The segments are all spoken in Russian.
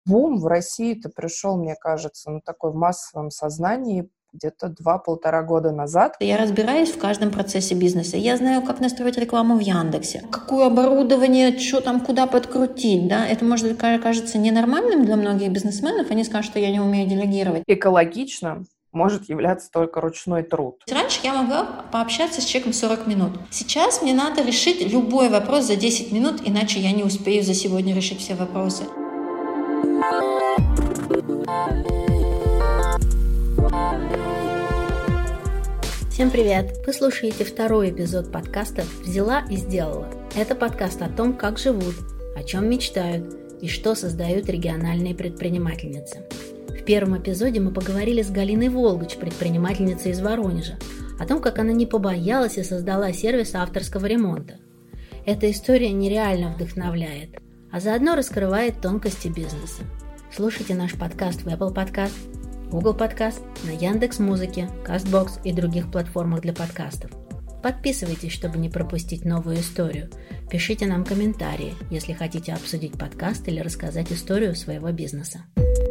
Бум в России-то пришел, мне кажется, на такой массовом сознании где-то 2-1,5 года назад. Я разбираюсь в каждом процессе бизнеса. Я знаю, как настроить рекламу в Яндексе, какое оборудование, что там, куда подкрутить. Да? Это, может, кажется ненормальным для многих бизнесменов. Они скажут, что я не умею делегировать. Экологично может являться только ручной труд. Раньше я могла пообщаться с человеком 40 минут. Сейчас мне надо решить любой вопрос за 10 минут, иначе я не успею за сегодня решить все вопросы. Всем привет! Вы слушаете второй эпизод подкаста «Взяла и сделала». Это подкаст о том, как живут, о чем мечтают и что создают региональные предпринимательницы. В первом эпизоде мы поговорили с Галиной Волгач, предпринимательницей из Воронежа, о том, как она не побоялась и создала сервис авторского ремонта. Эта история нереально вдохновляет, а заодно раскрывает тонкости бизнеса. Слушайте наш подкаст в Apple Podcast, Google Podcast, на Яндекс.Музыке, Castbox и других платформах для подкастов. Подписывайтесь, чтобы не пропустить новую историю. Пишите нам комментарии, если хотите обсудить подкаст или рассказать историю своего бизнеса.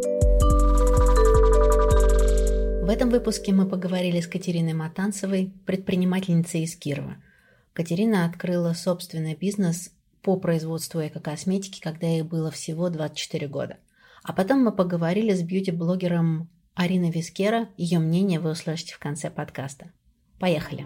В этом выпуске мы поговорили с Катериной Матанцевой, предпринимательницей из Кирова. Катерина открыла собственный бизнес по производству эко-косметики, когда ей было всего 24 года. А потом мы поговорили с бьюти-блогером Ариной Вискера. Ее мнение вы услышите в конце подкаста. Поехали!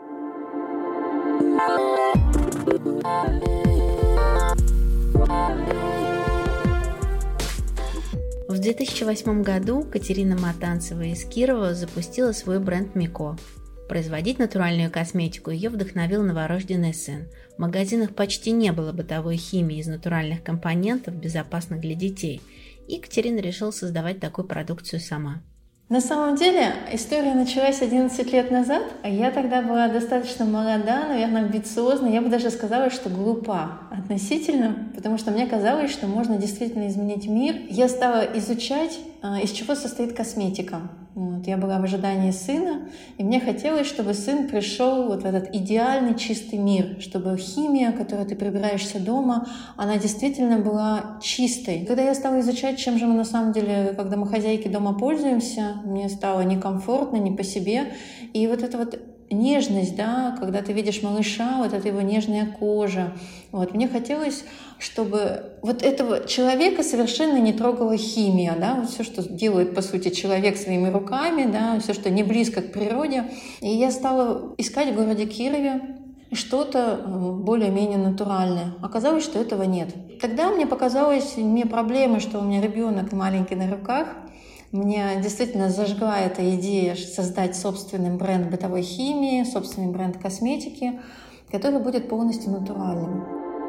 В 2008 году Катерина Матанцева из Кирова запустила свой бренд «Мико». Производить натуральную косметику ее вдохновил новорожденный сын. В магазинах почти не было бытовой химии из натуральных компонентов, безопасных для детей. И Катерина решила создавать такую продукцию сама. На самом деле история началась 11 лет назад, а я тогда была достаточно молода, наверное, амбициозна, я бы даже сказала, что глупа относительно, потому что мне казалось, что можно действительно изменить мир. Я стала изучать, из чего состоит косметика. Я была в ожидании сына, и мне хотелось, чтобы сын пришел в этот идеальный чистый мир, чтобы химия, которой ты прибираешься дома, она действительно была чистой. Когда я стала изучать, чем же мы на самом деле, когда мы хозяйки дома пользуемся, мне стало некомфортно, не по себе. И вот эта вот нежность, да, когда ты видишь малыша, вот эта его нежная кожа. Мне хотелось, чтобы вот этого человека совершенно не трогала химия, да, вот все, что делает, по сути, человек своими руками, да, все, что не близко к природе. И я стала искать в городе Кирове что-то более-менее натуральное. Оказалось, что этого нет. Тогда мне показалось не проблемой, что у меня ребенок маленький на руках. Меня действительно зажгла эта идея создать собственный бренд бытовой химии, собственный бренд косметики, который будет полностью натуральным.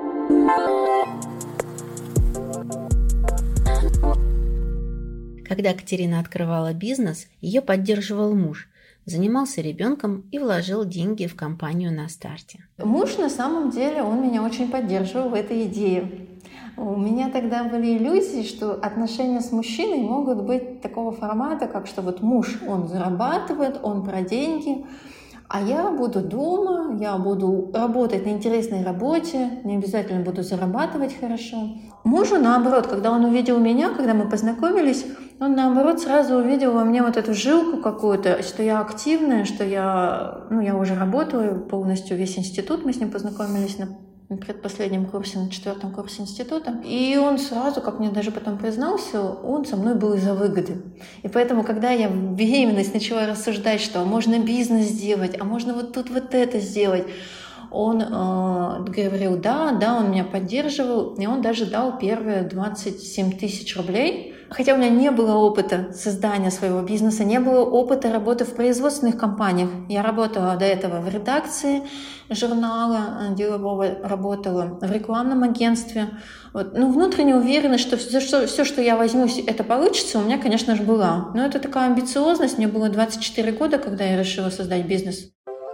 Когда Катерина открывала бизнес, ее поддерживал муж, занимался ребенком и вложил деньги в компанию на старте. Муж, на самом деле, он меня очень поддерживал в этой идее. У меня тогда были иллюзии, что отношения с мужчиной могут быть такого формата, как что вот муж, он зарабатывает, он про деньги, а я буду дома, я буду работать на интересной работе, не обязательно буду зарабатывать хорошо. Мужу, наоборот, когда он увидел меня, когда мы познакомились, он, наоборот, сразу увидел во мне вот эту жилку какую-то, что я активная, что я уже работаю полностью, весь институт, мы с ним познакомились на предпоследнем курсе, на 4-м курсе института. И он сразу, как мне даже потом признался, он со мной был из-за выгоды. И поэтому, когда я в беременность начала рассуждать, что можно бизнес сделать, а можно вот тут вот это сделать, он говорил, да, он меня поддерживал, и он даже дал первые 27 тысяч рублей. Хотя у меня не было опыта создания своего бизнеса, не было опыта работы в производственных компаниях. Я работала до этого в редакции журнала делового, работала в рекламном агентстве. Внутренняя уверенность, что все, что я возьмусь, это получится, у меня, конечно же, была. Но это такая амбициозность. Мне было 24 года, когда я решила создать бизнес.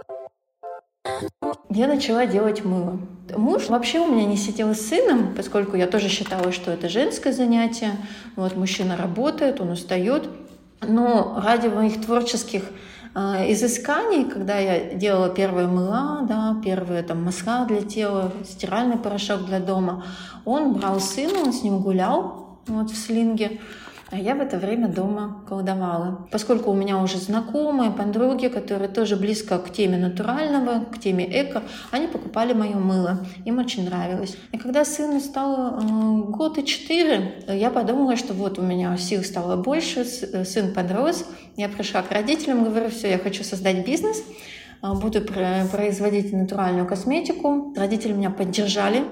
Я начала делать мыло. Муж вообще у меня не сидел с сыном, поскольку я тоже считала, что это женское занятие. Мужчина работает, он устает. Но ради моих творческих изысканий, когда я делала первые мыла, первые масла для тела, стиральный порошок для дома, он брал сына, он с ним гулял, вот в слинге. А я в это время дома колдовала. Поскольку у меня уже знакомые, подруги, которые тоже близко к теме натурального, к теме эко, они покупали мое мыло. Им очень нравилось. И когда сыну стало 1 год и 4, я подумала, что вот у меня сил стало больше, сын подрос. Я пришла к родителям, говорю, все, я хочу создать бизнес, буду производить натуральную косметику. Родители меня поддержали.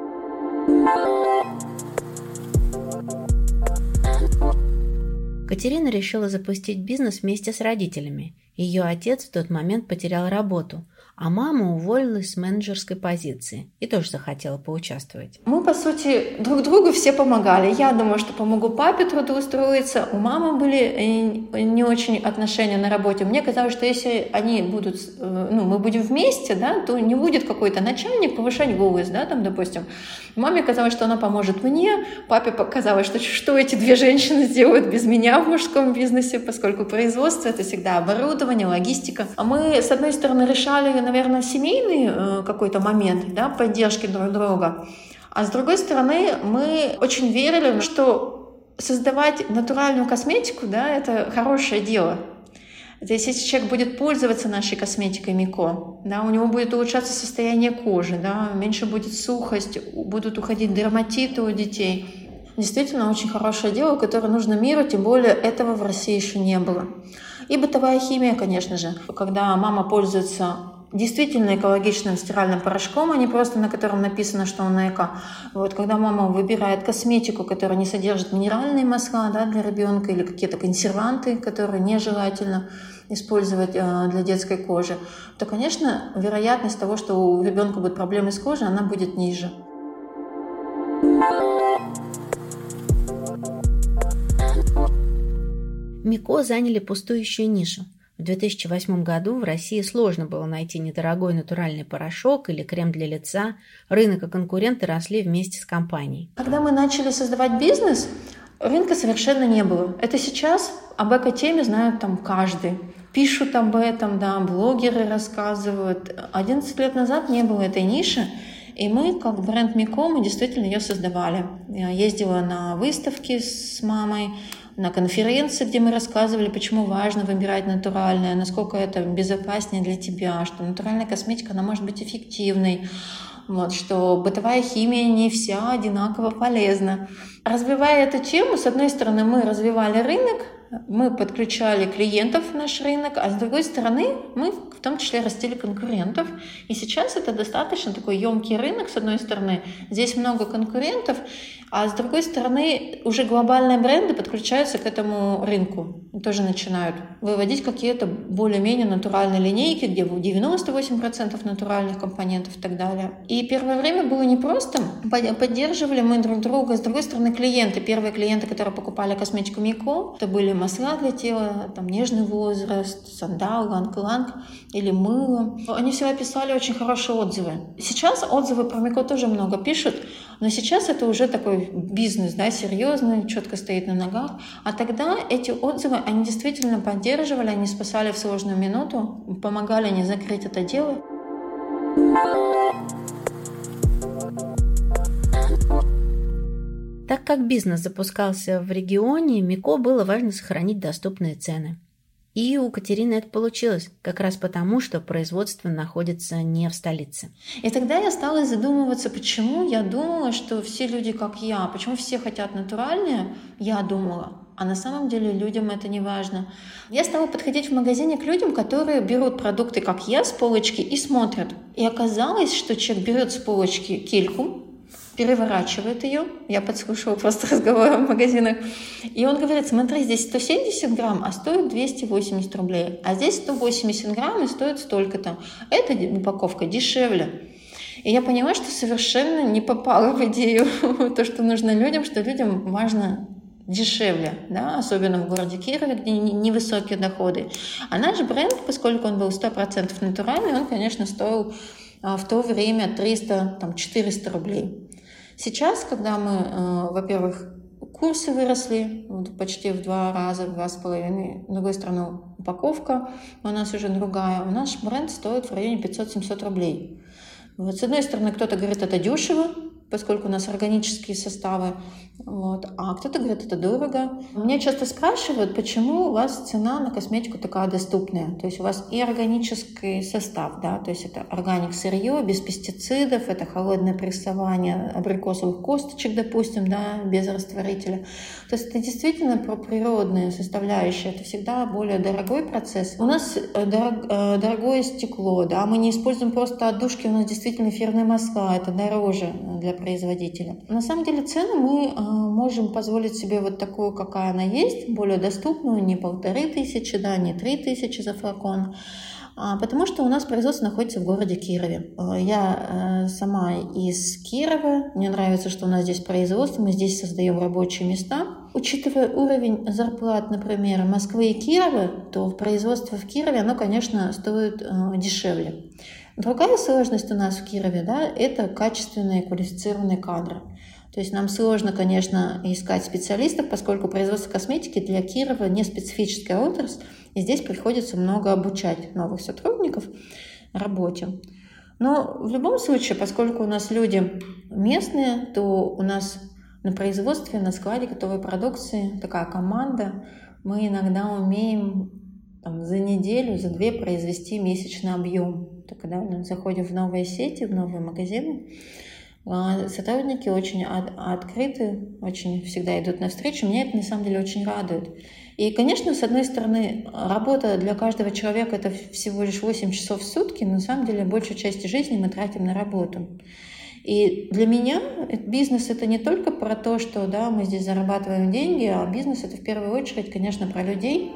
Катерина решила запустить бизнес вместе с родителями. Ее отец в тот момент потерял работу, а мама уволилась с менеджерской позиции и тоже захотела поучаствовать. Мы, по сути, друг другу все помогали. Я думаю, что помогу папе трудоустроиться. У мамы были не очень отношения на работе. Мне казалось, что если они будут, мы будем вместе, да, то не будет какой-то начальник повышать голос, да, там, допустим. Маме казалось, что она поможет мне. Папе показалось, что эти две женщины сделают без меня в мужском бизнесе, поскольку производство — это всегда оборудование, логистика. А мы, с одной стороны, решали, наверное, семейный какой-то момент, да, поддержки друг друга. А с другой стороны, мы очень верили, что создавать натуральную косметику, да, это хорошее дело. Это если человек будет пользоваться нашей косметикой Мико, да, у него будет улучшаться состояние кожи, да, меньше будет сухость, будут уходить дерматиты у детей. Действительно, очень хорошее дело, которое нужно миру, тем более этого в России еще не было. И бытовая химия, конечно же. Когда мама пользуется действительно экологичным стиральным порошком, а не просто на котором написано, что он эко. Вот, когда мама выбирает косметику, которая не содержит минеральные масла, да, для ребенка или какие-то консерванты, которые нежелательно использовать для детской кожи, то, конечно, вероятность того, что у ребенка будут проблемы с кожей, она будет ниже. Мико заняли пустующую нишу. В 2008 году в России сложно было найти недорогой натуральный порошок или крем для лица. Рынок и конкуренты росли вместе с компанией. Когда мы начали создавать бизнес, рынка совершенно не было. Это сейчас об эко-теме знают там каждый. Пишут об этом, да, блогеры рассказывают. 11 лет назад не было этой ниши. И мы, как бренд Мико, мы действительно ее создавали. Я ездила на выставки с мамой, на конференции, где мы рассказывали, почему важно выбирать натуральное, насколько это безопаснее для тебя, что натуральная косметика, она может быть эффективной, вот, что бытовая химия не вся одинаково полезна. Развивая эту тему, с одной стороны, мы развивали рынок, мы подключали клиентов в наш рынок, а с другой стороны, мы в том числе растили конкурентов. И сейчас это достаточно такой емкий рынок, с одной стороны, здесь много конкурентов, а с другой стороны, уже глобальные бренды подключаются к этому рынку. Тоже начинают выводить какие-то более-менее натуральные линейки, где 98% натуральных компонентов и так далее. И первое время было непросто. Поддерживали мы друг друга. С другой стороны, клиенты. Первые клиенты, которые покупали косметику Мико, это были масла для тела, там нежный возраст, сандал, ланг-ланг или мыло. Они всегда писали очень хорошие отзывы. Сейчас отзывы про Мико тоже много пишут, но сейчас это уже такой бизнес, да, серьезный, четко стоит на ногах. А тогда эти отзывы, они действительно поддерживали, они спасали в сложную минуту, помогали не закрыть это дело. Так как бизнес запускался в регионе, Мико было важно сохранить доступные цены. И у Катерины это получилось, как раз потому, что производство находится не в столице. И тогда я стала задумываться, почему я думала, что все люди как я, почему все хотят натуральное, я думала. А на самом деле людям это не важно. Я стала подходить в магазине к людям, которые берут продукты, как я, с полочки и смотрят. И оказалось, что человек берет с полочки кильку, переворачивает ее, я подслушала просто разговоры в магазинах, и он говорит: смотри, здесь 170 грамм, а стоит 280 рублей, а здесь 180 грамм и стоит столько-то. Эта упаковка дешевле. И я поняла, что совершенно не попала в идею то, что нужно людям, что людям важно дешевле, да, особенно в городе Кирове, где невысокие доходы. А наш бренд, поскольку он был 100% натуральный, он, конечно, стоил в то время 300-400 рублей. Сейчас, когда мы, во-первых, курсы выросли почти в 2 раза, в 2,5, с другой стороны, упаковка у нас уже другая, у нас бренд стоит в районе 500-700 рублей. Вот, с одной стороны, кто-то говорит, это дешево, поскольку у нас органические составы. Вот. А кто-то говорит, это дорого. Меня часто спрашивают, почему у вас цена на косметику такая доступная. То есть у вас и органический состав, да, то есть это органик сырье, без пестицидов, это холодное прессование абрикосовых косточек, допустим, да, без растворителя. То есть это действительно про природные составляющие. Это всегда более дорогой процесс. У нас дорогое стекло, да, мы не используем просто отдушки, у нас действительно эфирные масла, это дороже для производителя. На самом деле цены мы можем позволить себе вот такую, какая она есть, более доступную, не 1500, да, не 3000 за флакон, потому что у нас производство находится в городе Кирове. Я сама из Кирова, мне нравится, что у нас здесь производство, мы здесь создаем рабочие места. Учитывая уровень зарплат, например, Москвы и Кирова, то производство в Кирове, оно, конечно, стоит дешевле. Другая сложность у нас в Кирове, да, это качественные квалифицированные кадры. То есть нам сложно, конечно, искать специалистов, поскольку производство косметики для Кирова не специфическая отрасль, и здесь приходится много обучать новых сотрудников работе. Но в любом случае, поскольку у нас люди местные, то у нас на производстве, на складе готовой продукции такая команда, мы иногда умеем за неделю, за 2 произвести месячный объем. То когда мы заходим в новые сети, в новые магазины, сотрудники очень открыты, очень всегда идут навстречу. Меня это на самом деле очень радует. И, конечно, с одной стороны, работа для каждого человека — это всего лишь 8 часов в сутки, но на самом деле большую часть жизни мы тратим на работу. И для меня бизнес — это не только про то, что да, мы здесь зарабатываем деньги, а бизнес — это в первую очередь, конечно, про людей.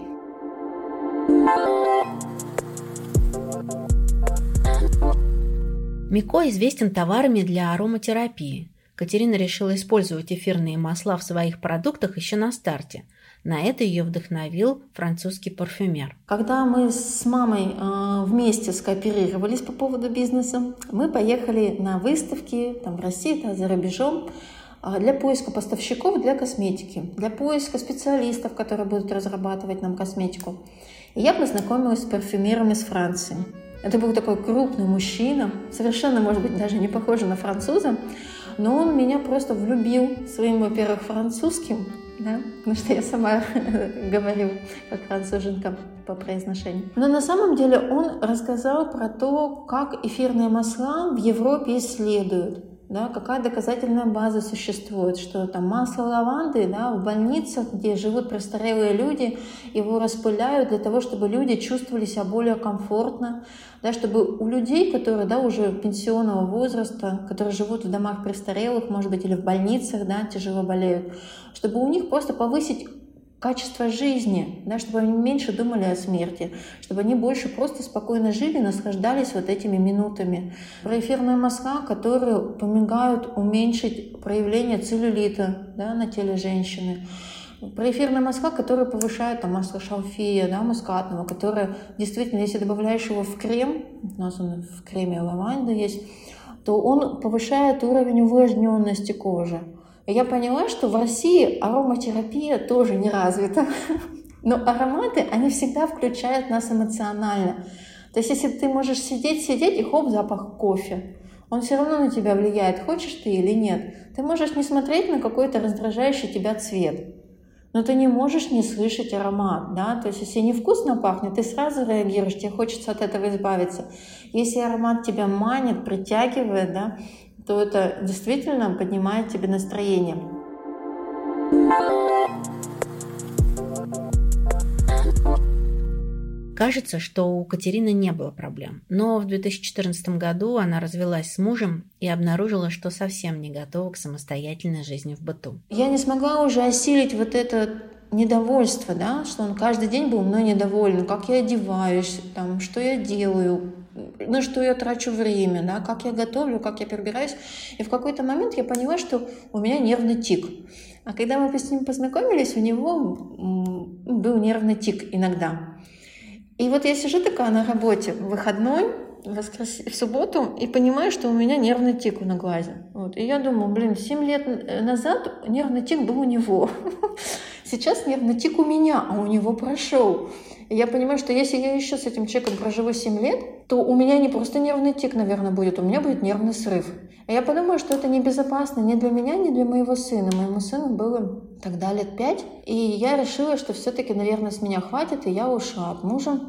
Мико известен товарами для ароматерапии. Катерина решила использовать эфирные масла в своих продуктах еще на старте. На это ее вдохновил французский парфюмер. Когда мы с мамой вместе скооперировались по поводу бизнеса, мы поехали на выставки в России, за рубежом, для поиска поставщиков для косметики, для поиска специалистов, которые будут разрабатывать нам косметику. И я познакомилась с парфюмером из Франции. Это был такой крупный мужчина, совершенно, может быть, даже не похожий на француза, но он меня просто влюбил своим, во-первых, французским, да, потому что я сама говорю как француженка по произношению. Но на самом деле он рассказал про то, как эфирные масла в Европе исследуют. Да, какая доказательная база существует, что там масло лаванды, да, в больницах, где живут престарелые люди, его распыляют для того, чтобы люди чувствовали себя более комфортно, да, чтобы у людей, которые да, уже пенсионного возраста, которые живут в домах престарелых, может быть, или в больницах, да, тяжело болеют, чтобы у них просто повысить качество жизни, да, чтобы они меньше думали о смерти, чтобы они больше просто спокойно жили, наслаждались вот этими минутами. Про эфирные масла, которые помогают уменьшить проявление целлюлита, да, на теле женщины. Про эфирные масла, которые повышают масло шалфея, да, мускатного, которые действительно, если добавляешь его в крем, у нас он в креме лаванда есть, то он повышает уровень увлажненности кожи. И я поняла, что в России ароматерапия тоже не развита. Но ароматы, они всегда включают нас эмоционально. То есть если ты можешь сидеть, и хоп, запах кофе. Он все равно на тебя влияет, хочешь ты или нет. Ты можешь не смотреть на какой-то раздражающий тебя цвет, но ты не можешь не слышать аромат. Да? То есть если невкусно пахнет, ты сразу реагируешь, тебе хочется от этого избавиться. Если аромат тебя манит, притягивает, да, то это действительно поднимает тебе настроение. Кажется, что у Катерины не было проблем. Но в 2014 году она развелась с мужем и обнаружила, что совсем не готова к самостоятельной жизни в быту. Я не смогла уже осилить вот это недовольство, да, что он каждый день был мной недоволен, как я одеваюсь, что я делаю, на что я трачу время, да, как я готовлю, как я прибираюсь. И в какой-то момент я поняла, что у меня нервный тик. А когда мы с ним познакомились, у него был нервный тик иногда. И вот я сижу такая на работе в выходной, в субботу, и понимаю, что у меня нервный тик на глазе. Вот. И я думаю, 7 лет назад нервный тик был у него. Сейчас нервный тик у меня, а у него прошел. И я понимаю, что если я еще с этим человеком проживу 7 лет, то у меня не просто нервный тик, наверное, будет, у меня будет нервный срыв. Я подумала, что это небезопасно ни для меня, ни для моего сына. Моему сыну было тогда лет 5, и я решила, что все-таки, наверное, с меня хватит, и я ушла от мужа.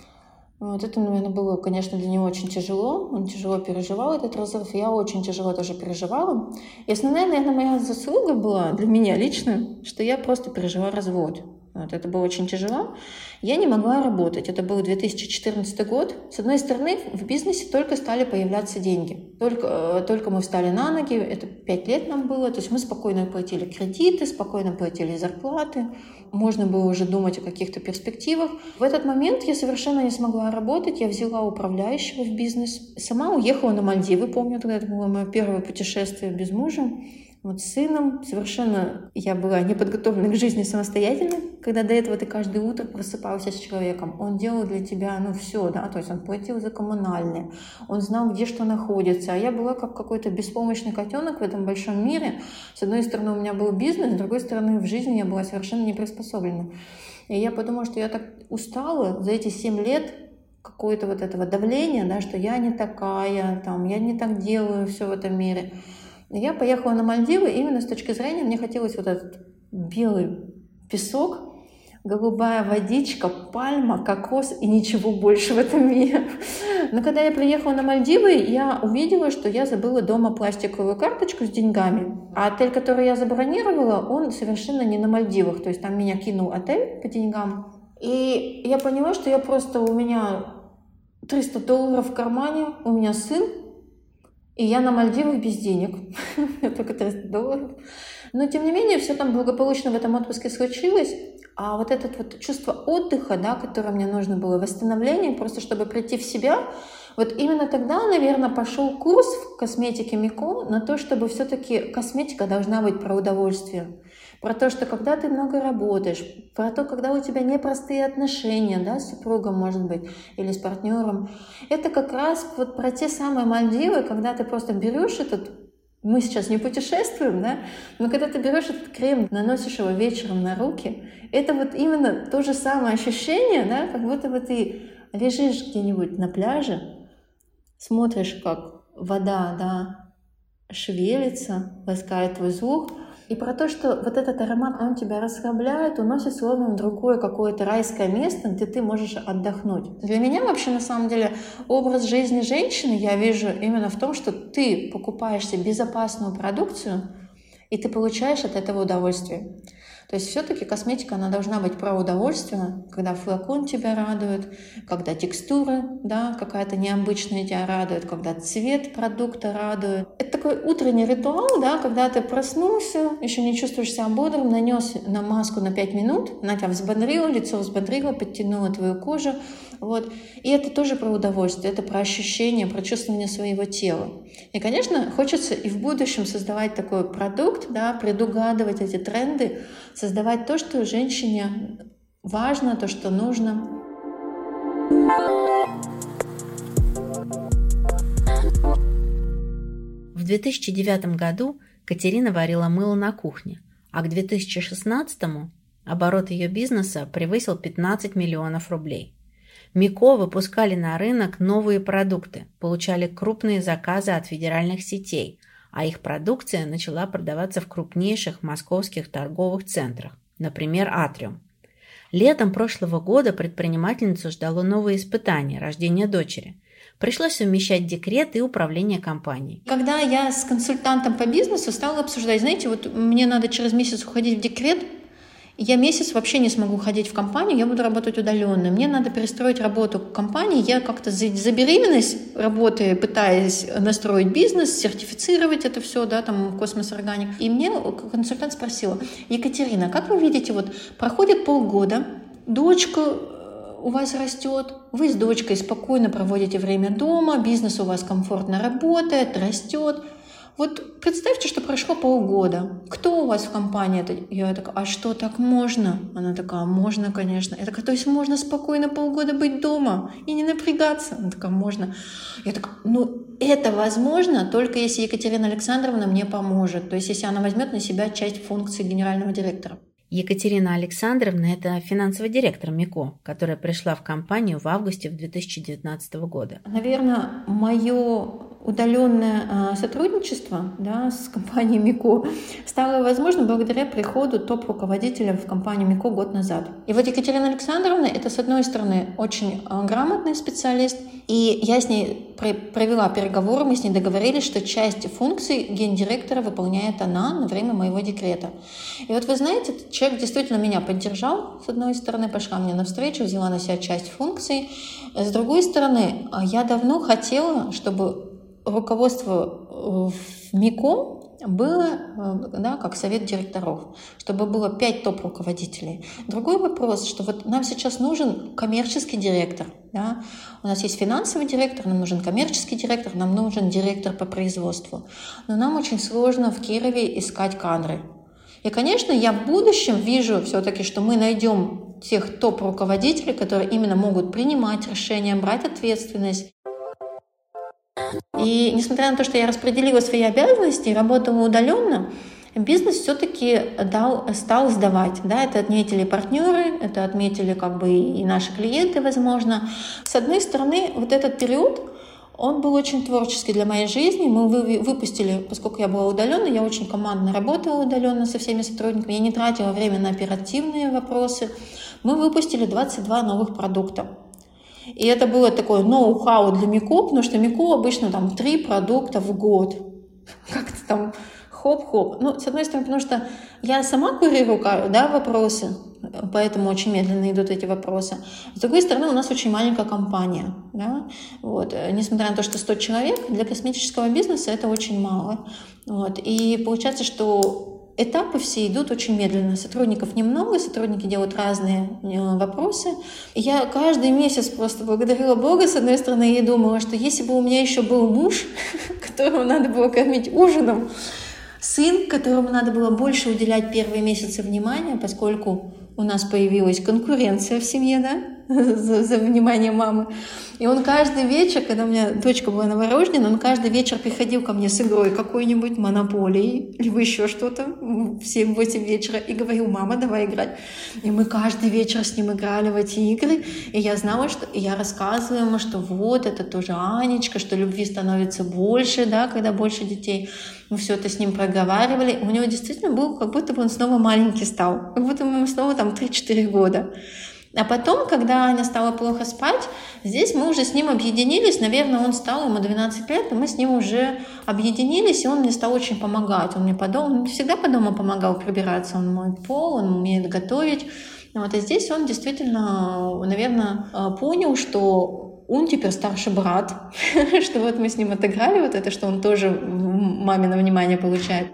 Вот это, наверное, было, конечно, для него очень тяжело. Он тяжело переживал этот разрыв, и я очень тяжело тоже переживала. И основная, наверное, моя заслуга была для меня лично, что я просто пережила развод. Вот, это было очень тяжело. Я не могла работать. Это был 2014 год. С одной стороны, в бизнесе только стали появляться деньги. Только мы встали на ноги. Это 5 лет нам было. То есть мы спокойно платили кредиты, спокойно платили зарплаты. Можно было уже думать о каких-то перспективах. В этот момент я совершенно не смогла работать. Я взяла управляющего в бизнес. Сама уехала на Мальдивы. Помню, тогда это было мое первое путешествие без мужа. Вот с сыном совершенно я была не подготовлена к жизни самостоятельно, когда до этого ты каждое утро просыпался с человеком. Он делал для тебя, все, да, то есть он платил за коммунальные, он знал, где что находится. А я была как какой-то беспомощный котенок в этом большом мире. С одной стороны, у меня был бизнес, с другой стороны, в жизни я была совершенно не приспособлена. И я подумала, что я так устала за эти 7 лет какое-то вот этого давления, да, что я не такая, я не так делаю все в этом мире. Я поехала на Мальдивы именно с точки зрения, мне хотелось вот этот белый песок, голубая водичка, пальма, кокос и ничего больше в этом мире. Но когда я приехала на Мальдивы, я увидела, что я забыла дома пластиковую карточку с деньгами. А отель, который я забронировала, он совершенно не на Мальдивах. То есть там меня кинул отель по деньгам. И я поняла, что у меня $300 в кармане, у меня сын, и я на Мальдивах без денег. Только $300. Но, тем не менее, все там благополучно в этом отпуске случилось. А вот это вот чувство отдыха, да, которое мне нужно было, восстановление, просто чтобы прийти в себя, вот именно тогда, наверное, пошел курс в косметике Мико на то, чтобы все-таки косметика должна быть про удовольствие. Про то, что когда ты много работаешь, про то, когда у тебя непростые отношения, да, с супругом, может быть, или с партнером. Это как раз вот про те самые Мальдивы, когда ты просто берешь мы сейчас не путешествуем, да, но когда ты берешь этот крем, наносишь его вечером на руки, это вот именно то же самое ощущение, да, как будто бы ты лежишь где-нибудь на пляже, смотришь, как вода, да, шевелится, ласкает твой слух. И про то, что вот этот аромат, он тебя расслабляет, уносит словно в другое какое-то райское место, где ты можешь отдохнуть. Для меня вообще, на самом деле, образ жизни женщины я вижу именно в том, что ты покупаешь себе безопасную продукцию, и ты получаешь от этого удовольствие. То есть все-таки косметика, она должна быть про удовольствие, когда флакон тебя радует, когда текстура, да, какая-то необычная тебя радует, когда цвет продукта радует. Это такой утренний ритуал, да, когда ты проснулся, еще не чувствуешь себя бодрым, нанес на маску на 5 минут, она тебя взбодрила, лицо взбодрило, подтянула твою кожу. Вот. И это тоже про удовольствие, это про ощущение, про чувствование своего тела. И, конечно, хочется и в будущем создавать такой продукт, да, предугадывать эти тренды, создавать то, что женщине важно, то, что нужно. В 2009 году Катерина варила мыло на кухне, а к 2016-му оборот ее бизнеса превысил 15 миллионов рублей. Мико выпускали на рынок новые продукты, получали крупные заказы от федеральных сетей, а их продукция начала продаваться в крупнейших московских торговых центрах, например, Атриум. Летом прошлого года предпринимательницу ждало новое испытание – рождение дочери. Пришлось совмещать декрет и управление компанией. Когда я с консультантом по бизнесу стала обсуждать, знаете, вот мне надо через месяц уходить в декрет, я месяц вообще не смогу ходить в компанию, я буду работать удаленно. Мне надо перестроить работу в компании. Я как-то за беременность работаю, пытаясь настроить бизнес, сертифицировать это все, да, там Космос Органик. И мне консультант спросила: Екатерина, как вы видите, вот проходит полгода, дочка у вас растет, вы с дочкой спокойно проводите время дома, бизнес у вас комфортно работает, растет. Вот представьте, что прошло полгода. Кто у вас в компании? Я такая: а что, так можно? Она такая: можно, конечно. Я такая: то есть можно спокойно полгода быть дома и не напрягаться? Она такая: можно. Я такая: это возможно только если Екатерина Александровна мне поможет. То есть если она возьмет на себя часть функций генерального директора. Екатерина Александровна – это финансовый директор Мико, которая пришла в компанию в августе 2019 года. Наверное, мое удаленное сотрудничество, да, с компанией МИКО стало возможно благодаря приходу топ-руководителя в компанию МИКО год назад. И вот Екатерина Александровна — это, с одной стороны, очень грамотный специалист, и я с ней провела переговоры, мы с ней договорились, что часть функций гендиректора выполняет она на время моего декрета. И вот вы знаете, этот человек действительно меня поддержал, с одной стороны, пошла мне навстречу, взяла на себя часть функций. С другой стороны, я давно хотела, чтобы руководство в МИКО было, да, как совет директоров, чтобы было 5 топ-руководителей. Другой вопрос, что вот нам сейчас нужен коммерческий директор. Да? У нас есть финансовый директор, нам нужен коммерческий директор, нам нужен директор по производству. Но нам очень сложно в Кирове искать кадры. И, конечно, я в будущем вижу все-таки, что мы найдем тех топ-руководителей, которые именно могут принимать решения, брать ответственность. И несмотря на то, что я распределила свои обязанности и работала удаленно, бизнес все-таки стал сдавать. Да? Это отметили партнеры, это отметили как бы и наши клиенты, возможно. С одной стороны, вот этот период, он был очень творческий для моей жизни. Мы выпустили, поскольку я была удаленно, я очень командно работала удаленно со всеми сотрудниками, я не тратила время на оперативные вопросы. Мы выпустили 22 новых продукта. И это было такое ноу-хау для МИКО, потому что МИКО обычно там 3 продукта в год. Как-то там хоп-хоп. Ну, с одной стороны, потому что я сама курирую, да, вопросы, поэтому очень медленно идут эти вопросы. С другой стороны, у нас очень маленькая компания. Да? Вот. Несмотря на то, что 100 человек, для косметического бизнеса это очень мало. Вот. И получается, что этапы все идут очень медленно. Сотрудников немного, сотрудники делают разные вопросы. И я каждый месяц просто благодарила Бога, с одной стороны, и думала, что если бы у меня еще был муж, которого надо было кормить ужином, сын, которому надо было больше уделять первые месяцы внимания, поскольку у нас появилась конкуренция в семье, да, за внимание мамы. И он каждый вечер, когда у меня дочка была новорождена, он каждый вечер приходил ко мне с игрой какой-нибудь, Монополией, либо еще что-то, в 7-8 вечера, и говорил: мама, давай играть. И мы каждый вечер с ним играли в эти игры, и я знала, что... И я рассказывала ему, что вот, это тоже Анечка, что любви становится больше, да, когда больше детей. Мы все это с ним проговаривали. У него действительно был, как будто бы он снова маленький стал, как будто ему снова там 3-4 года. А потом, когда Аня стала плохо спать, здесь мы уже с ним объединились. Наверное, он стал, ему 12 лет, и мы с ним уже объединились, и он мне стал очень помогать. Он мне он всегда по дому помогал прибираться, он моет пол, он умеет готовить. Вот, и здесь он действительно, наверное, понял, что он теперь старший брат, что вот мы с ним отыграли вот это, что он тоже мамино внимание получает.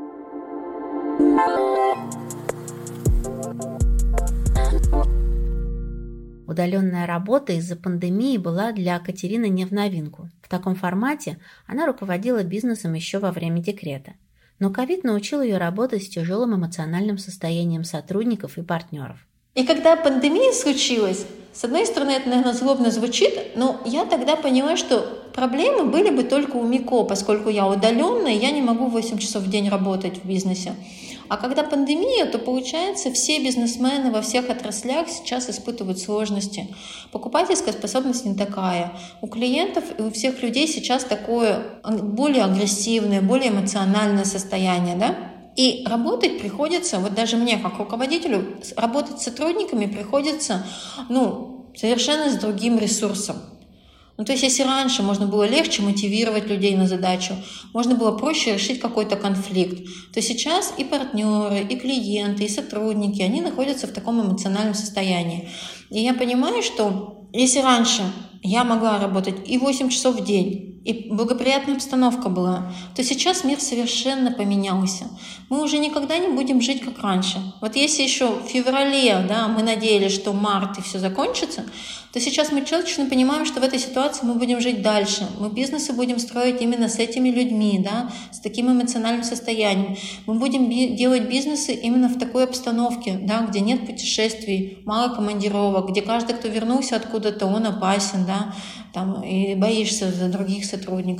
Удаленная работа из-за пандемии была для Катерины не в новинку. В таком формате она руководила бизнесом еще во время декрета. Но ковид научил ее работать с тяжелым эмоциональным состоянием сотрудников и партнеров. И когда пандемия случилась, с одной стороны, это, наверное, злобно звучит, но я тогда поняла, что проблемы были бы только у МИКО, поскольку я удаленная, я не могу 8 часов в день работать в бизнесе. А когда пандемия, то, получается, все бизнесмены во всех отраслях сейчас испытывают сложности. Покупательская способность не такая. У клиентов и у всех людей сейчас такое более агрессивное, более эмоциональное состояние, да? И работать приходится, вот даже мне как руководителю, работать с сотрудниками приходится, совершенно с другим ресурсом. То есть, если раньше можно было легче мотивировать людей на задачу, можно было проще решить какой-то конфликт, то сейчас и партнеры, и клиенты, и сотрудники, они находятся в таком эмоциональном состоянии. И я понимаю, что если раньше я могла работать и 8 часов в день, и благоприятная обстановка была, то сейчас мир совершенно поменялся. Мы уже никогда не будем жить как раньше. Вот если еще в феврале, да, мы надеялись, что март и все закончится, то сейчас мы точно понимаем, что в этой ситуации мы будем жить дальше. Мы бизнесы будем строить именно с этими людьми, да, с таким эмоциональным состоянием. Мы будем делать бизнесы именно в такой обстановке, да, где нет путешествий, мало командировок, где каждый, кто вернулся откуда-то, он опасен, да, там, и боишься за других сотрудников.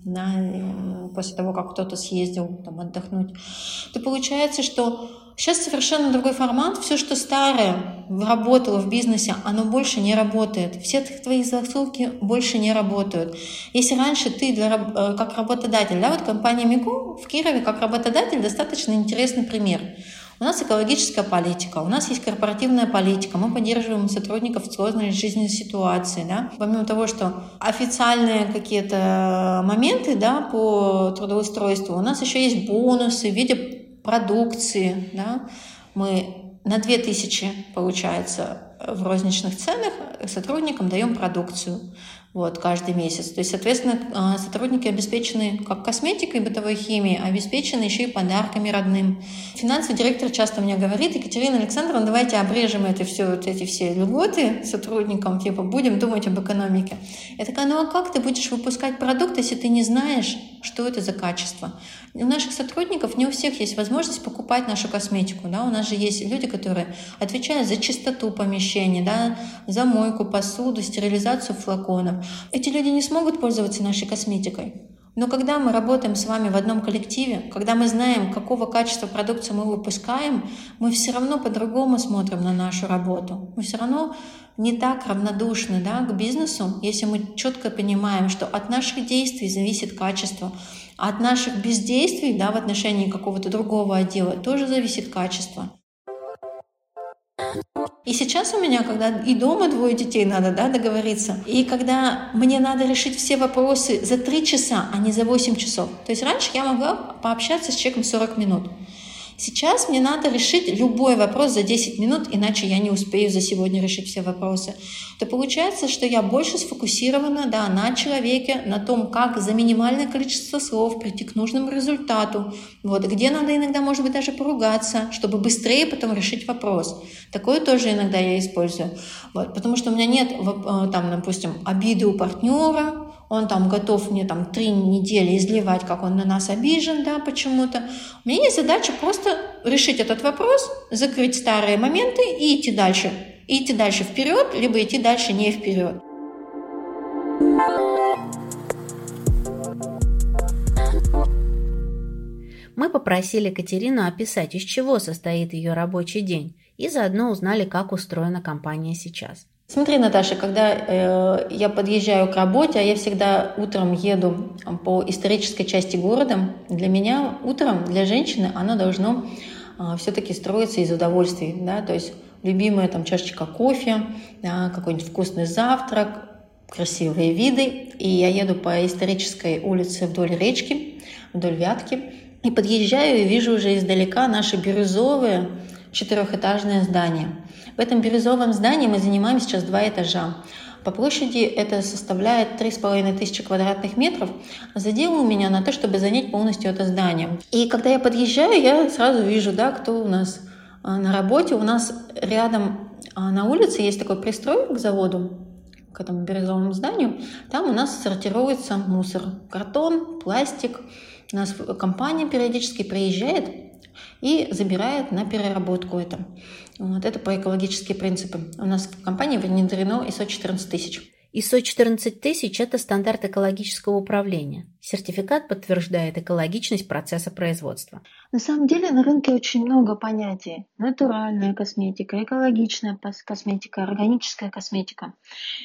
да, после того, как кто-то съездил там отдохнуть, то получается, что сейчас совершенно другой формат. Все, что старое работало в бизнесе, оно больше не работает. Все твои засылки больше не работают. Если раньше ты как работодатель, да, вот компания Миго в Кирове как работодатель достаточно интересный пример. У нас экологическая политика, у нас есть корпоративная политика, мы поддерживаем сотрудников в сложной жизненной ситуации. Да? Помимо того, что официальные какие-то моменты, да, по трудоустройству, у нас еще есть бонусы в виде продукции. Да? Мы на 2000, получается, в розничных ценах сотрудникам даем продукцию. Вот, каждый месяц. То есть, соответственно, сотрудники обеспечены как косметикой и бытовой химией, обеспечены еще и подарками родным. Финансовый директор часто мне говорит: Екатерина Александровна, давайте обрежем эти все льготы сотрудникам, типа будем думать об экономике. Я такая: ну а как ты будешь выпускать продукт, если ты не знаешь, что это за качество? У наших сотрудников не у всех есть возможность покупать нашу косметику. Да? У нас же есть люди, которые отвечают за чистоту помещений, да? За мойку посуды, стерилизацию флаконов. Эти люди не смогут пользоваться нашей косметикой. Но когда мы работаем с вами в одном коллективе, когда мы знаем, какого качества продукции мы выпускаем, мы все равно по-другому смотрим на нашу работу. Мы все равно не так равнодушны, да, к бизнесу, если мы четко понимаем, что от наших действий зависит качество, а от наших бездействий, да, в отношении какого-то другого отдела тоже зависит качество. И сейчас у меня, когда и дома 2 детей надо, да, договориться, и когда мне надо решить все вопросы за 3 часа, а не за 8 часов. То есть раньше я могла пообщаться с человеком 40 минут. Сейчас мне надо решить любой вопрос за 10 минут, иначе я не успею за сегодня решить все вопросы. То получается, что я больше сфокусирована, да, на человеке, на том, как за минимальное количество слов прийти к нужному результату. Вот, где надо иногда, может быть, даже поругаться, чтобы быстрее потом решить вопрос. Такое тоже иногда я использую. Вот, потому что у меня нет, там, допустим, обиды у партнера, он там готов мне там 3 недели изливать, как он на нас обижен, да, почему-то. У меня есть задача просто решить этот вопрос, закрыть старые моменты и идти дальше. И идти дальше вперед, либо идти дальше не вперед. Мы попросили Катерину описать, из чего состоит ее рабочий день, и заодно узнали, как устроена компания сейчас. Смотри, Наташа, когда я подъезжаю к работе, а я всегда утром еду по исторической части города, для меня утром, для женщины, оно должно все-таки строиться из удовольствий, да, то есть любимая там чашечка кофе, да, какой-нибудь вкусный завтрак, красивые виды. И я еду по исторической улице вдоль речки, вдоль Вятки, и подъезжаю и вижу уже издалека наши бирюзовые 4-этажное здание. В этом бирюзовом здании мы занимаем сейчас 2 этажа. По площади это составляет 3500 квадратных метров. Задел у меня на то, чтобы занять полностью это здание. И когда я подъезжаю, я сразу вижу, да, кто у нас на работе. У нас рядом на улице есть такой пристрой к заводу, к этому бирюзовому зданию. Там у нас сортируется мусор. Картон, пластик. У нас компания периодически приезжает и забирает на переработку это. Вот это по экологические принципы. У нас в компании внедрено ISO 14000. ISO 14000 – это стандарт экологического управления. Сертификат подтверждает экологичность процесса производства. На самом деле на рынке очень много понятий. Натуральная косметика, экологичная косметика, органическая косметика.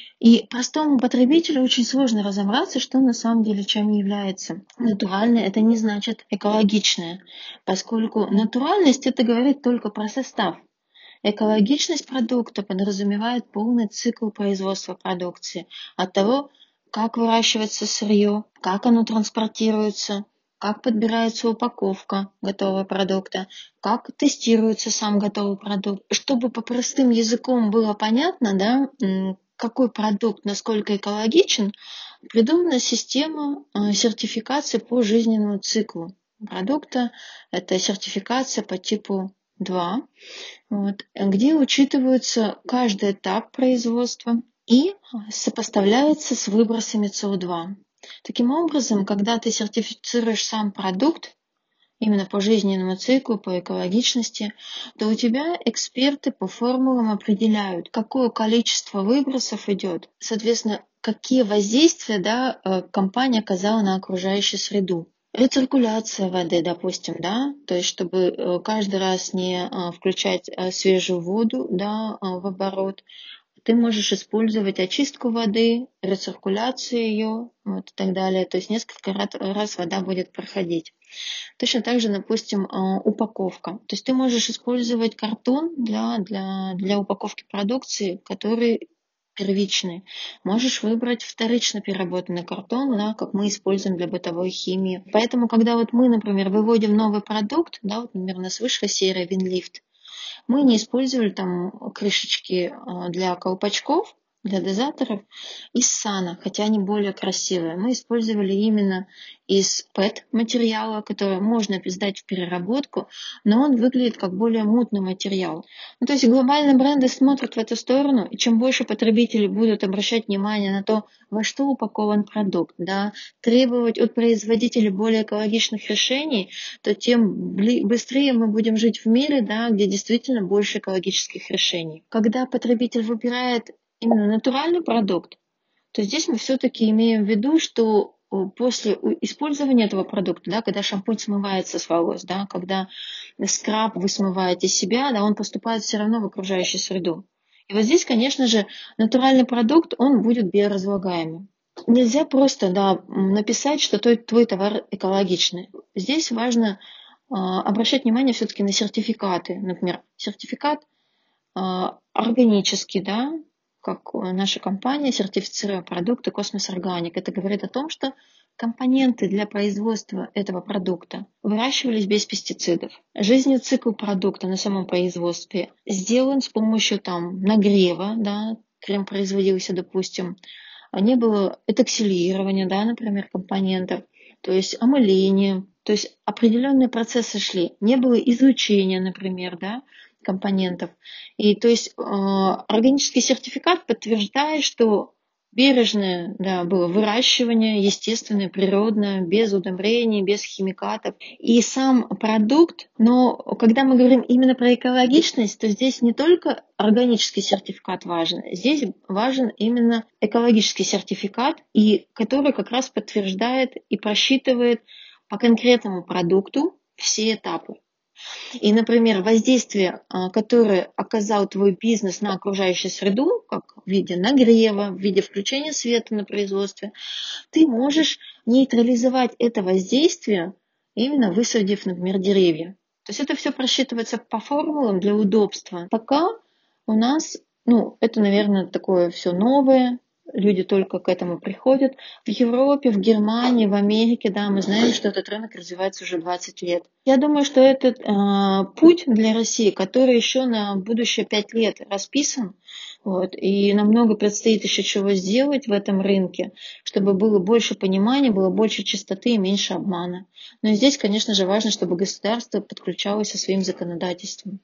И простому потребителю очень сложно разобраться, что на самом деле чем является. Натуральное – это не значит экологичное, поскольку натуральность – это говорит только про состав. Экологичность продукта подразумевает полный цикл производства продукции. От того, как выращивается сырье, как оно транспортируется, как подбирается упаковка готового продукта, как тестируется сам готовый продукт. Чтобы по простым языком было понятно, да, какой продукт насколько экологичен, придумана система сертификации по жизненному циклу продукта. Это сертификация по типу 2, вот, где учитывается каждый этап производства и сопоставляется с выбросами СО2. Таким образом, когда ты сертифицируешь сам продукт, именно по жизненному циклу, по экологичности, то у тебя эксперты по формулам определяют, какое количество выбросов идет, соответственно, какие воздействия, да, компания оказала на окружающую среду. Рециркуляция воды, допустим, да, то есть чтобы каждый раз не включать свежую воду, да, в оборот, ты можешь использовать очистку воды, рециркуляцию ее, вот, и так далее. То есть несколько раз вода будет проходить. Точно так же, допустим, упаковка. То есть ты можешь использовать картон для упаковки продукции, который первичный. Можешь выбрать вторично переработанный картон, да, как мы используем для бытовой химии. Поэтому, когда вот мы, например, выводим новый продукт, да, вот, например, у нас вышла серия Винлифт, мы не использовали там крышечки для колпачков, для дозаторов из сана, хотя они более красивые. Мы использовали именно из ПЭТ-материала, который можно сдать в переработку, но он выглядит как более мутный материал. Ну, то есть глобальные бренды смотрят в эту сторону, и чем больше потребители будут обращать внимание на то, во что упакован продукт, да, требовать от производителей более экологичных решений, то тем быстрее мы будем жить в мире, да, где действительно больше экологических решений. Когда потребитель выбирает именно натуральный продукт, то здесь мы все-таки имеем в виду, что после использования этого продукта, да, когда шампунь смывается с волос, да, когда скраб вы смываете себя, да, он поступает все равно в окружающую среду. И вот здесь, конечно же, натуральный продукт, он будет биоразлагаемым. Нельзя просто, да, написать, что твой товар экологичный. Здесь важно обращать внимание все-таки на сертификаты. Например, сертификат органический, да, как наша компания сертифицирует продукты Космос Органик. Это говорит о том, что компоненты для производства этого продукта выращивались без пестицидов. Жизненный цикл продукта на самом производстве сделан с помощью там нагрева, да, крем производился, допустим, не было этоксилирования, да, например, компонентов, то есть омыление, то есть определенные процессы шли. Не было излучения, например, да, компонентов. И то есть органический сертификат подтверждает, что бережное, да, было выращивание, естественное, природное, без удобрений, без химикатов. И сам продукт, но когда мы говорим именно про экологичность, то здесь не только органический сертификат важен, здесь важен именно экологический сертификат, и который как раз подтверждает и просчитывает по конкретному продукту все этапы. И, например, воздействие, которое оказал твой бизнес на окружающую среду, как в виде нагрева, в виде включения света на производстве, ты можешь нейтрализовать это воздействие, именно высадив, например, деревья. То есть это все просчитывается по формулам для удобства. Пока у нас, это, наверное, такое все новое, люди только к этому приходят. В Европе, в Германии, в Америке, да, мы знаем, что этот рынок развивается уже 20 лет. Я думаю, что этот путь для России, который еще на будущее 5 лет расписан, вот, и нам много предстоит еще чего сделать в этом рынке, чтобы было больше понимания, было больше чистоты и меньше обмана. Но здесь, конечно же, важно, чтобы государство подключалось со своим законодательством.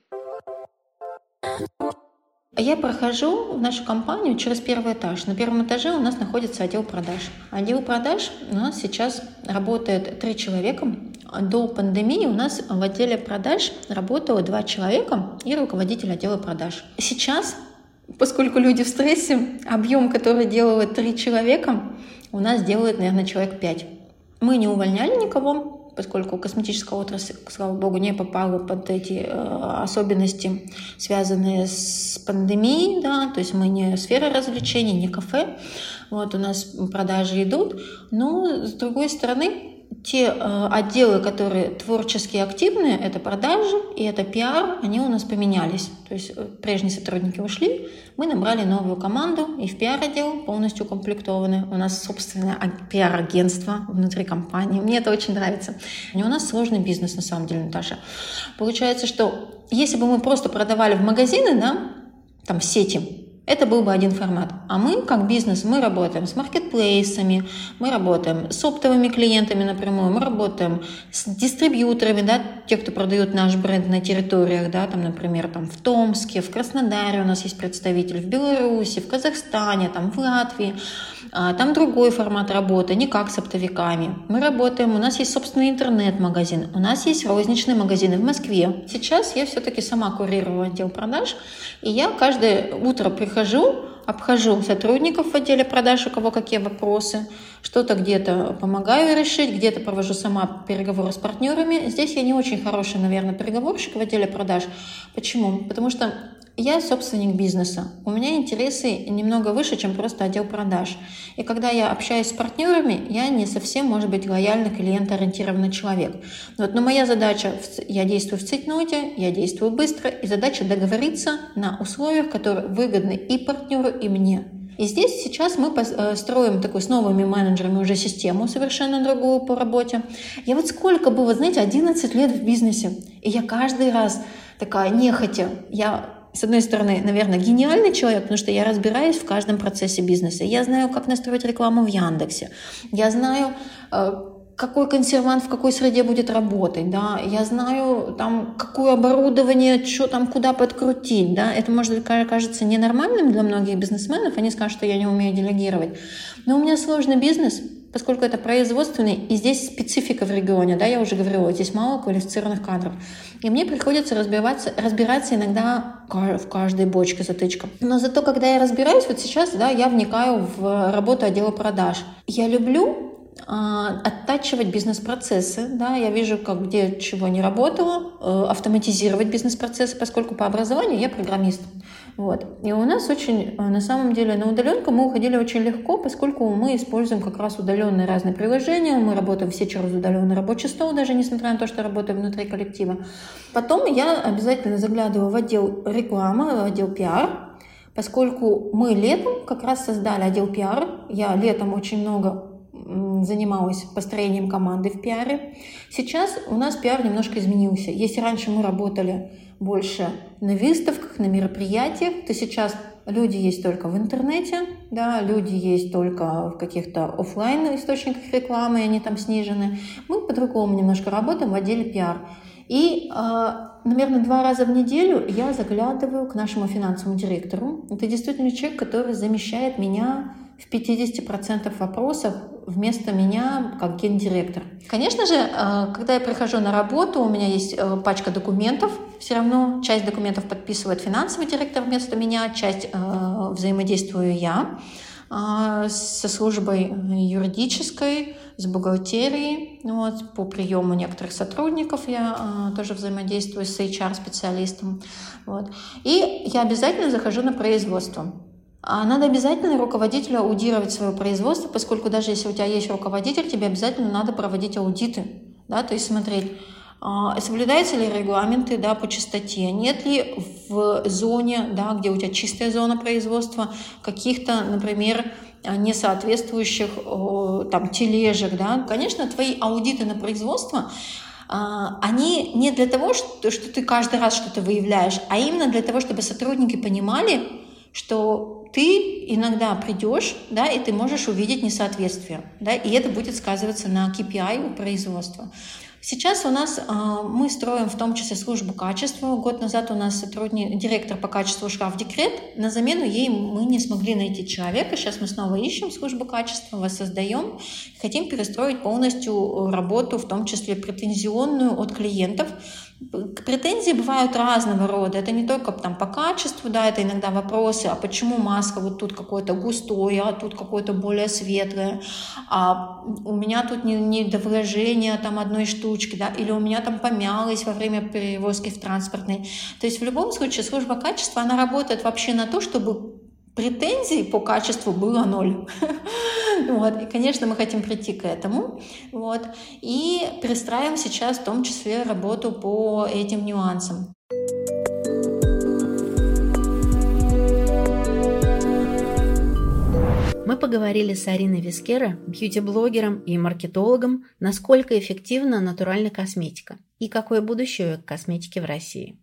Я прохожу в нашу компанию через первый этаж. На первом этаже у нас находится отдел продаж. Отдел продаж у нас сейчас работает 3 человека. До пандемии у нас в отделе продаж работало 2 человека и руководитель отдела продаж. Сейчас, поскольку люди в стрессе, объем, который делает 3 человека, у нас делает, наверное, человек 5. Мы не увольняли никого, поскольку косметическая отрасль, слава богу, не попала под эти особенности, связанные с пандемией, да, то есть мы не сфера развлечений, не кафе, вот у нас продажи идут, но с другой стороны, те отделы, которые творчески активные, это продажи и это пиар, они у нас поменялись. То есть прежние сотрудники ушли, мы набрали новую команду, и в пиар-отдел полностью укомплектованы. У нас собственное пиар-агентство внутри компании. Мне это очень нравится. У нас сложный бизнес, на самом деле, Наташа. Получается, что если бы мы просто продавали в магазины, да, там сети, это был бы один формат. А мы, как бизнес, мы работаем с маркетплейсами, мы работаем с оптовыми клиентами напрямую, мы работаем с дистрибьюторами, да, те, кто продают наш бренд на территориях, да, там, например, там, в Томске, в Краснодаре у нас есть представитель, в Беларуси, в Казахстане, там, в Латвии. Там другой формат работы, не как с оптовиками. Мы работаем, у нас есть собственный интернет-магазин, у нас есть розничные магазины в Москве. Сейчас я все-таки сама курирую отдел продаж, и я каждое утро прихожу, обхожу сотрудников в отделе продаж, у кого какие вопросы, что-то где-то помогаю решить, где-то провожу сама переговоры с партнерами. Здесь я не очень хороший, наверное, переговорщик в отделе продаж. Почему? Потому что я собственник бизнеса. У меня интересы немного выше, чем просто отдел продаж. И когда я общаюсь с партнерами, я не совсем, может быть, лояльный, клиентоориентированный человек. Но моя задача, я действую в цейтноте, я действую быстро, и задача договориться на условиях, которые выгодны и партнеру, и мне. И здесь сейчас мы строим такую с новыми менеджерами уже систему совершенно другую по работе. Я сколько было, 11 лет в бизнесе, и я каждый раз такая нехотя, с одной стороны, наверное, гениальный человек, потому что я разбираюсь в каждом процессе бизнеса. Я знаю, как настроить рекламу в Яндексе. Я знаю, какой консервант в какой среде будет работать. Да? Я знаю, какое оборудование, что там, куда подкрутить. Да? Это, может быть, кажется ненормальным для многих бизнесменов. Они скажут, что я не умею делегировать. Но у меня сложный бизнес, поскольку это производственный, и здесь специфика в регионе, да, я уже говорила, здесь мало квалифицированных кадров. И мне приходится разбираться иногда в каждой бочке затычка. Но зато, когда я разбираюсь, сейчас, да, я вникаю в работу отдела продаж. Я люблю оттачивать бизнес-процессы, да, я вижу, где чего не работало, автоматизировать бизнес-процессы, поскольку по образованию я программист. И у нас очень, на самом деле, на удаленку мы уходили очень легко, поскольку мы используем как раз удаленные разные приложения, мы работаем все через удаленный рабочий стол, даже несмотря на то, что работаем внутри коллектива. Потом я обязательно заглядываю в отдел рекламы, в отдел пиар, поскольку мы летом как раз создали отдел пиар, я летом очень много занималась построением команды в пиаре. Сейчас у нас пиар немножко изменился. Если раньше мы работали больше на выставках, на мероприятиях, то сейчас люди есть только в интернете, да, люди есть только в каких-то офлайн источниках рекламы, и они там снижены. Мы по-другому немножко работаем в отделе пиар. И, наверное, 2 раза в неделю я заглядываю к нашему финансовому директору. Это действительно человек, который замещает меня в 50% вопросов вместо меня как гендиректор. Конечно же, когда я прихожу на работу, у меня есть пачка документов. Все равно часть документов подписывает финансовый директор вместо меня, часть взаимодействую я со службой юридической, с бухгалтерией. По приему некоторых сотрудников я тоже взаимодействую с HR-специалистом. И я обязательно захожу на производство. Надо обязательно руководителю аудировать свое производство, поскольку даже если у тебя есть руководитель, тебе обязательно надо проводить аудиты, да, то есть смотреть, соблюдаются ли регламенты, да, по чистоте, нет ли в зоне, да, где у тебя чистая зона производства, каких-то, например, несоответствующих тележек. Да. Конечно, твои аудиты на производство, они не для того, что ты каждый раз что-то выявляешь, а именно для того, чтобы сотрудники понимали, что ты иногда придешь, да, и ты можешь увидеть несоответствие, да, и это будет сказываться на KPI у производства. Сейчас у нас мы строим в том числе службу качества. Год назад у нас директор по качеству ушла в декрет. На замену ей мы не смогли найти человека. Сейчас мы снова ищем службу качества, воссоздаем. Хотим перестроить полностью работу, в том числе претензионную от клиентов. Претензии бывают разного рода. Это не только по качеству, да, это иногда вопросы, а почему масло вот тут какое-то густое, а тут какое-то более светлое, а у меня тут недовыражение одной штучки, да, или у меня помялось во время перевозки в транспортной. То есть в любом случае служба качества, она работает вообще на то, чтобы претензий по качеству было 0. И, конечно, мы хотим прийти к этому. И перестраиваем сейчас в том числе работу по этим нюансам. Мы поговорили с Ариной Вискера, бьюти-блогером и маркетологом, насколько эффективна натуральная косметика и какое будущее косметики в России.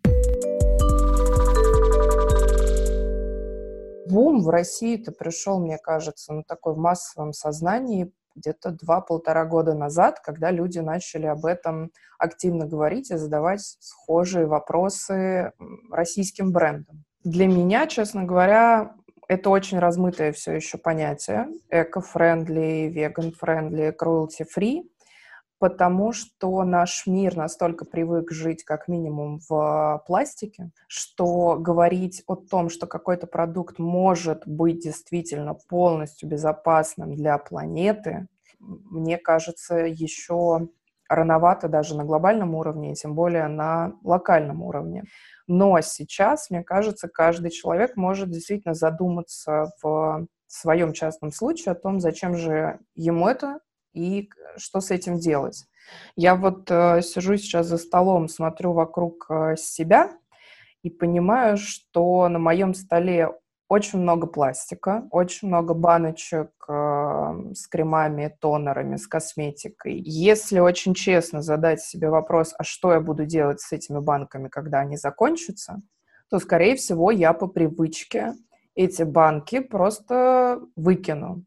Бум в России-то пришел, мне кажется, такой в массовом сознании где-то 2-1,5 года назад, когда люди начали об этом активно говорить и задавать схожие вопросы российским брендам. Для меня, честно говоря, это очень размытое все еще понятие. Эко-френдли, веган-френдли, cruelty-free. Потому что наш мир настолько привык жить как минимум в пластике, что говорить о том, что какой-то продукт может быть действительно полностью безопасным для планеты, мне кажется, еще рановато даже на глобальном уровне, и тем более на локальном уровне. Но сейчас, мне кажется, каждый человек может действительно задуматься в своем частном случае о том, зачем же ему это, и что с этим делать. Я вот сижу сейчас за столом, смотрю вокруг себя и понимаю, что на моем столе очень много пластика, очень много баночек с кремами, тонерами, с косметикой. Если очень честно задать себе вопрос, а что я буду делать с этими банками, когда они закончатся, то, скорее всего, я по привычке эти банки просто выкину.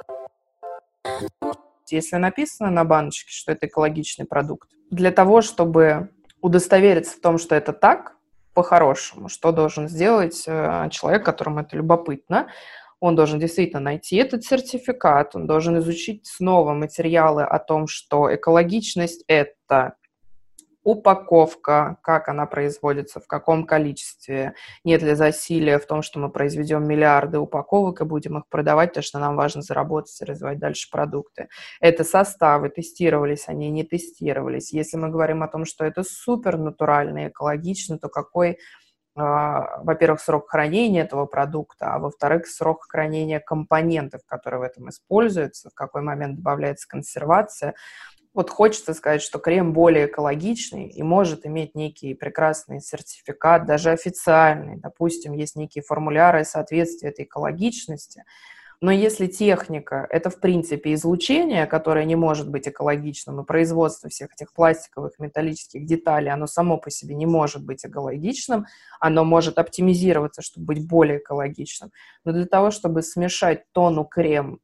Если написано на баночке, что это экологичный продукт, для того, чтобы удостовериться в том, что это так, по-хорошему, что должен сделать человек, которому это любопытно? Он должен действительно найти этот сертификат, он должен изучить снова материалы о том, что экологичность – это упаковка, как она производится, в каком количестве, нет ли засилия в том, что мы произведем миллиарды упаковок и будем их продавать, потому что нам важно заработать и развивать дальше продукты. Это составы, тестировались они, не тестировались. Если мы говорим о том, что это супер натурально и экологично, то какой, во-первых, срок хранения этого продукта, а во-вторых, срок хранения компонентов, которые в этом используются, в какой момент добавляется консервация. Вот хочется сказать, что крем более экологичный и может иметь некий прекрасный сертификат, даже официальный. Допустим, есть некие формуляры соответствия этой экологичности. Но если техника – это, в принципе, излучение, которое не может быть экологичным, и производство всех этих пластиковых, металлических деталей, оно само по себе не может быть экологичным, оно может оптимизироваться, чтобы быть более экологичным. Но для того, чтобы смешать тонну крема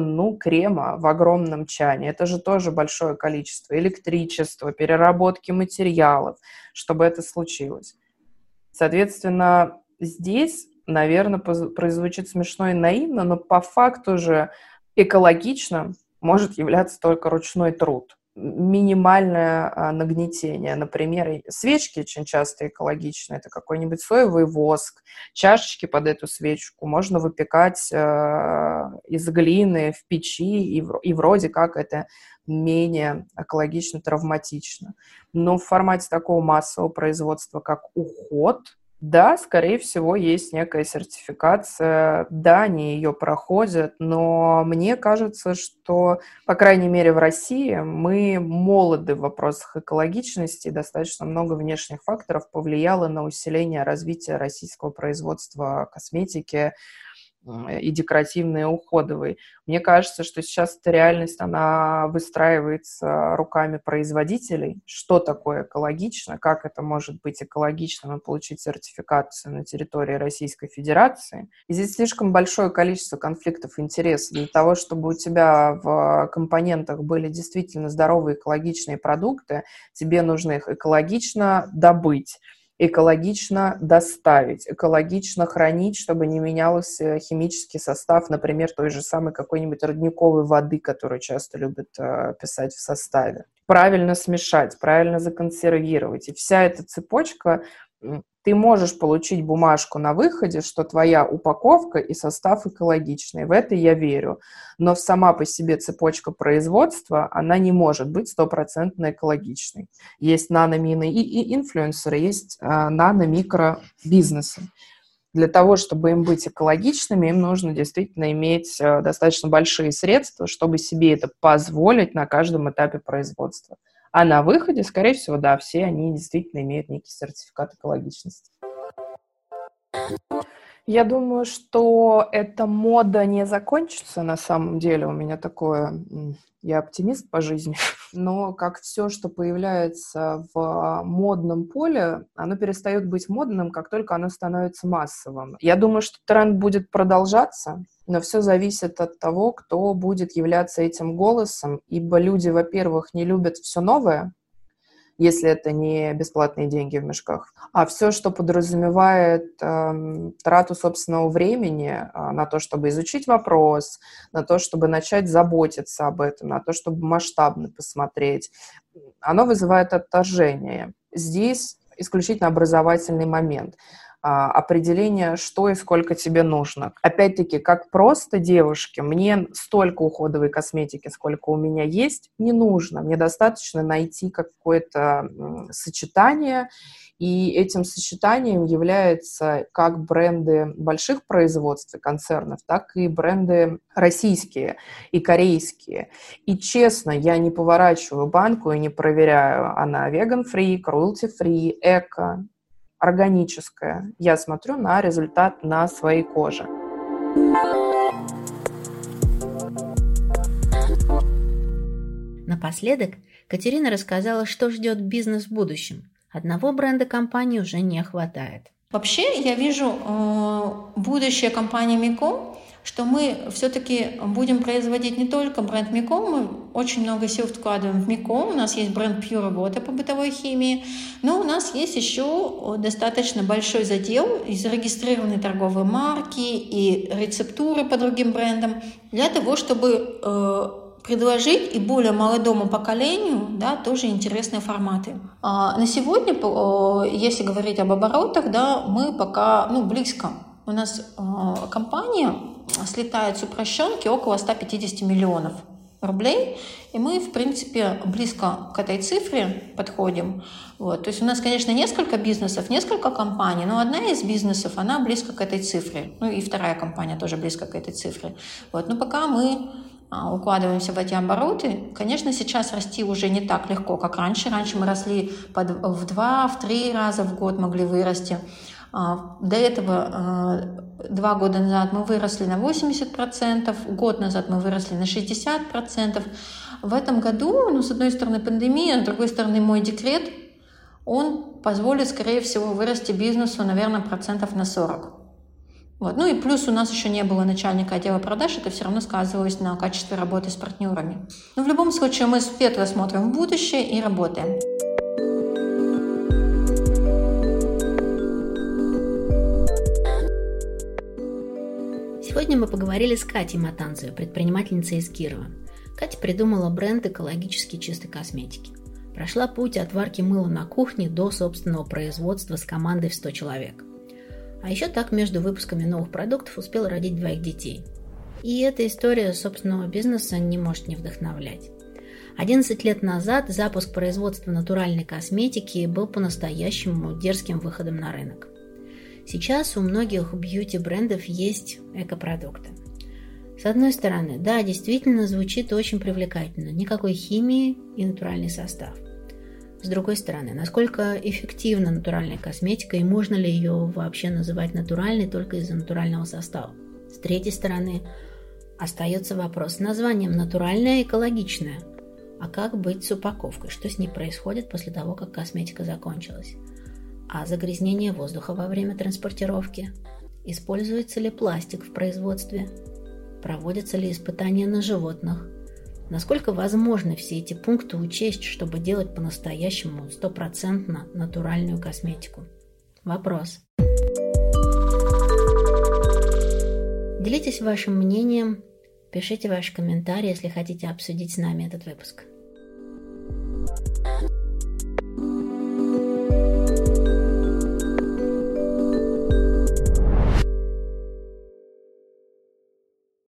в огромном чане, это же тоже большое количество электричества, переработки материалов, чтобы это случилось. Соответственно, здесь, наверное, прозвучит смешно и наивно, но по факту же экологично может являться только ручной труд. Минимальное нагнетение. Например, свечки очень часто экологичны. Это какой-нибудь соевый воск, чашечки под эту свечку можно выпекать из глины в печи, и вроде как это менее экологично, травматично. Но в формате такого массового производства, как уход, да, скорее всего, есть некая сертификация, да, они ее проходят, но мне кажется, что, по крайней мере, в России мы молоды в вопросах экологичности, достаточно много внешних факторов повлияло на усиление развития российского производства косметики и декоративной, и уходовой. Мне кажется, что сейчас эта реальность, она выстраивается руками производителей. Что такое экологично, как это может быть экологичным и получить сертификацию на территории Российской Федерации. И здесь слишком большое количество конфликтов интересов. Для того, чтобы у тебя в компонентах были действительно здоровые экологичные продукты, тебе нужно их экологично добыть, экологично доставить, экологично хранить, чтобы не менялся химический состав, например, той же самой какой-нибудь родниковой воды, которую часто любят писать в составе. Правильно смешать, правильно законсервировать. И вся эта цепочка, ты можешь получить бумажку на выходе, что твоя упаковка и состав экологичный. В это я верю. Но сама по себе цепочка производства, она не может быть 100% экологичной. Есть нано-мини и инфлюенсеры, есть нано-микробизнесы. Для того, чтобы им быть экологичными, им нужно действительно иметь достаточно большие средства, чтобы себе это позволить на каждом этапе производства. А на выходе, скорее всего, да, все они действительно имеют некий сертификат экологичности. Я думаю, что эта мода не закончится на самом деле. У меня такое... Я оптимист по жизни. Но как все, что появляется в модном поле, оно перестает быть модным, как только оно становится массовым. Я думаю, что тренд будет продолжаться, но все зависит от того, кто будет являться этим голосом, ибо люди, во-первых, не любят все новое, если это не бесплатные деньги в мешках. А все, что подразумевает трату собственного времени на то, чтобы изучить вопрос, на то, чтобы начать заботиться об этом, на то, чтобы масштабно посмотреть, оно вызывает отторжение. Здесь исключительно образовательный момент. Определение, что и сколько тебе нужно. Опять-таки, как просто девушке, мне столько уходовой косметики, сколько у меня есть, не нужно. Мне достаточно найти какое-то сочетание, и этим сочетанием являются как бренды больших производств и концернов, так и бренды российские и корейские. И честно, я не поворачиваю банку и не проверяю, она vegan-free, cruelty-free, эко, органическая. Я смотрю на результат на своей коже. Напоследок Катерина рассказала, что ждет бизнес в будущем. Одного бренда компании уже не хватает. Вообще, я вижу будущее компании Миком, что мы все-таки будем производить не только бренд Миком, мы очень много сил вкладываем в Миком, у нас есть бренд Pure Water по бытовой химии, но у нас есть еще достаточно большой задел и зарегистрированные торговые марки и рецептуры по другим брендам для того, чтобы предложить и более молодому поколению, да, тоже интересные форматы. На сегодня, если говорить об оборотах, да, мы пока близко. У нас компания слетает с упрощенки около 150 миллионов рублей, и мы, в принципе, близко к этой цифре подходим. Вот. То есть у нас, конечно, несколько бизнесов, несколько компаний, но одна из бизнесов, она близко к этой цифре. И вторая компания тоже близко к этой цифре. Вот. Но пока мы укладываемся в эти обороты, конечно, сейчас расти уже не так легко, как раньше. Раньше мы росли в 2-3 раза в год, могли вырасти. До этого 2 года назад мы выросли на 80%, год назад мы выросли на 60%. В этом году, с одной стороны пандемия, с другой стороны мой декрет, он позволит, скорее всего, вырасти бизнесу, наверное, процентов на 40%. Вот. И плюс у нас еще не было начальника отдела продаж, это все равно сказывалось на качестве работы с партнерами. Но в любом случае мы светло смотрим в будущее и работаем. Сегодня мы поговорили с Катей Матанцевой, предпринимательницей из Кирова. Катя придумала бренд экологически чистой косметики. Прошла путь от варки мыла на кухне до собственного производства с командой в 100 человек. А еще так между выпусками новых продуктов успела родить 2 детей. И эта история собственного бизнеса не может не вдохновлять. 11 лет назад запуск производства натуральной косметики был по-настоящему дерзким выходом на рынок. Сейчас у многих бьюти-брендов есть экопродукты. С одной стороны, да, действительно звучит очень привлекательно. Никакой химии и натуральный состав. С другой стороны, насколько эффективна натуральная косметика и можно ли ее вообще называть натуральной только из-за натурального состава? С третьей стороны, остается вопрос с названием «натуральная» и «экологичная». А как быть с упаковкой? Что с ней происходит после того, как косметика закончилась? А загрязнение воздуха во время транспортировки? Используется ли пластик в производстве? Проводятся ли испытания на животных? Насколько возможно все эти пункты учесть, чтобы делать по-настоящему 100% натуральную косметику? Вопрос. Делитесь вашим мнением, пишите ваши комментарии, если хотите обсудить с нами этот выпуск.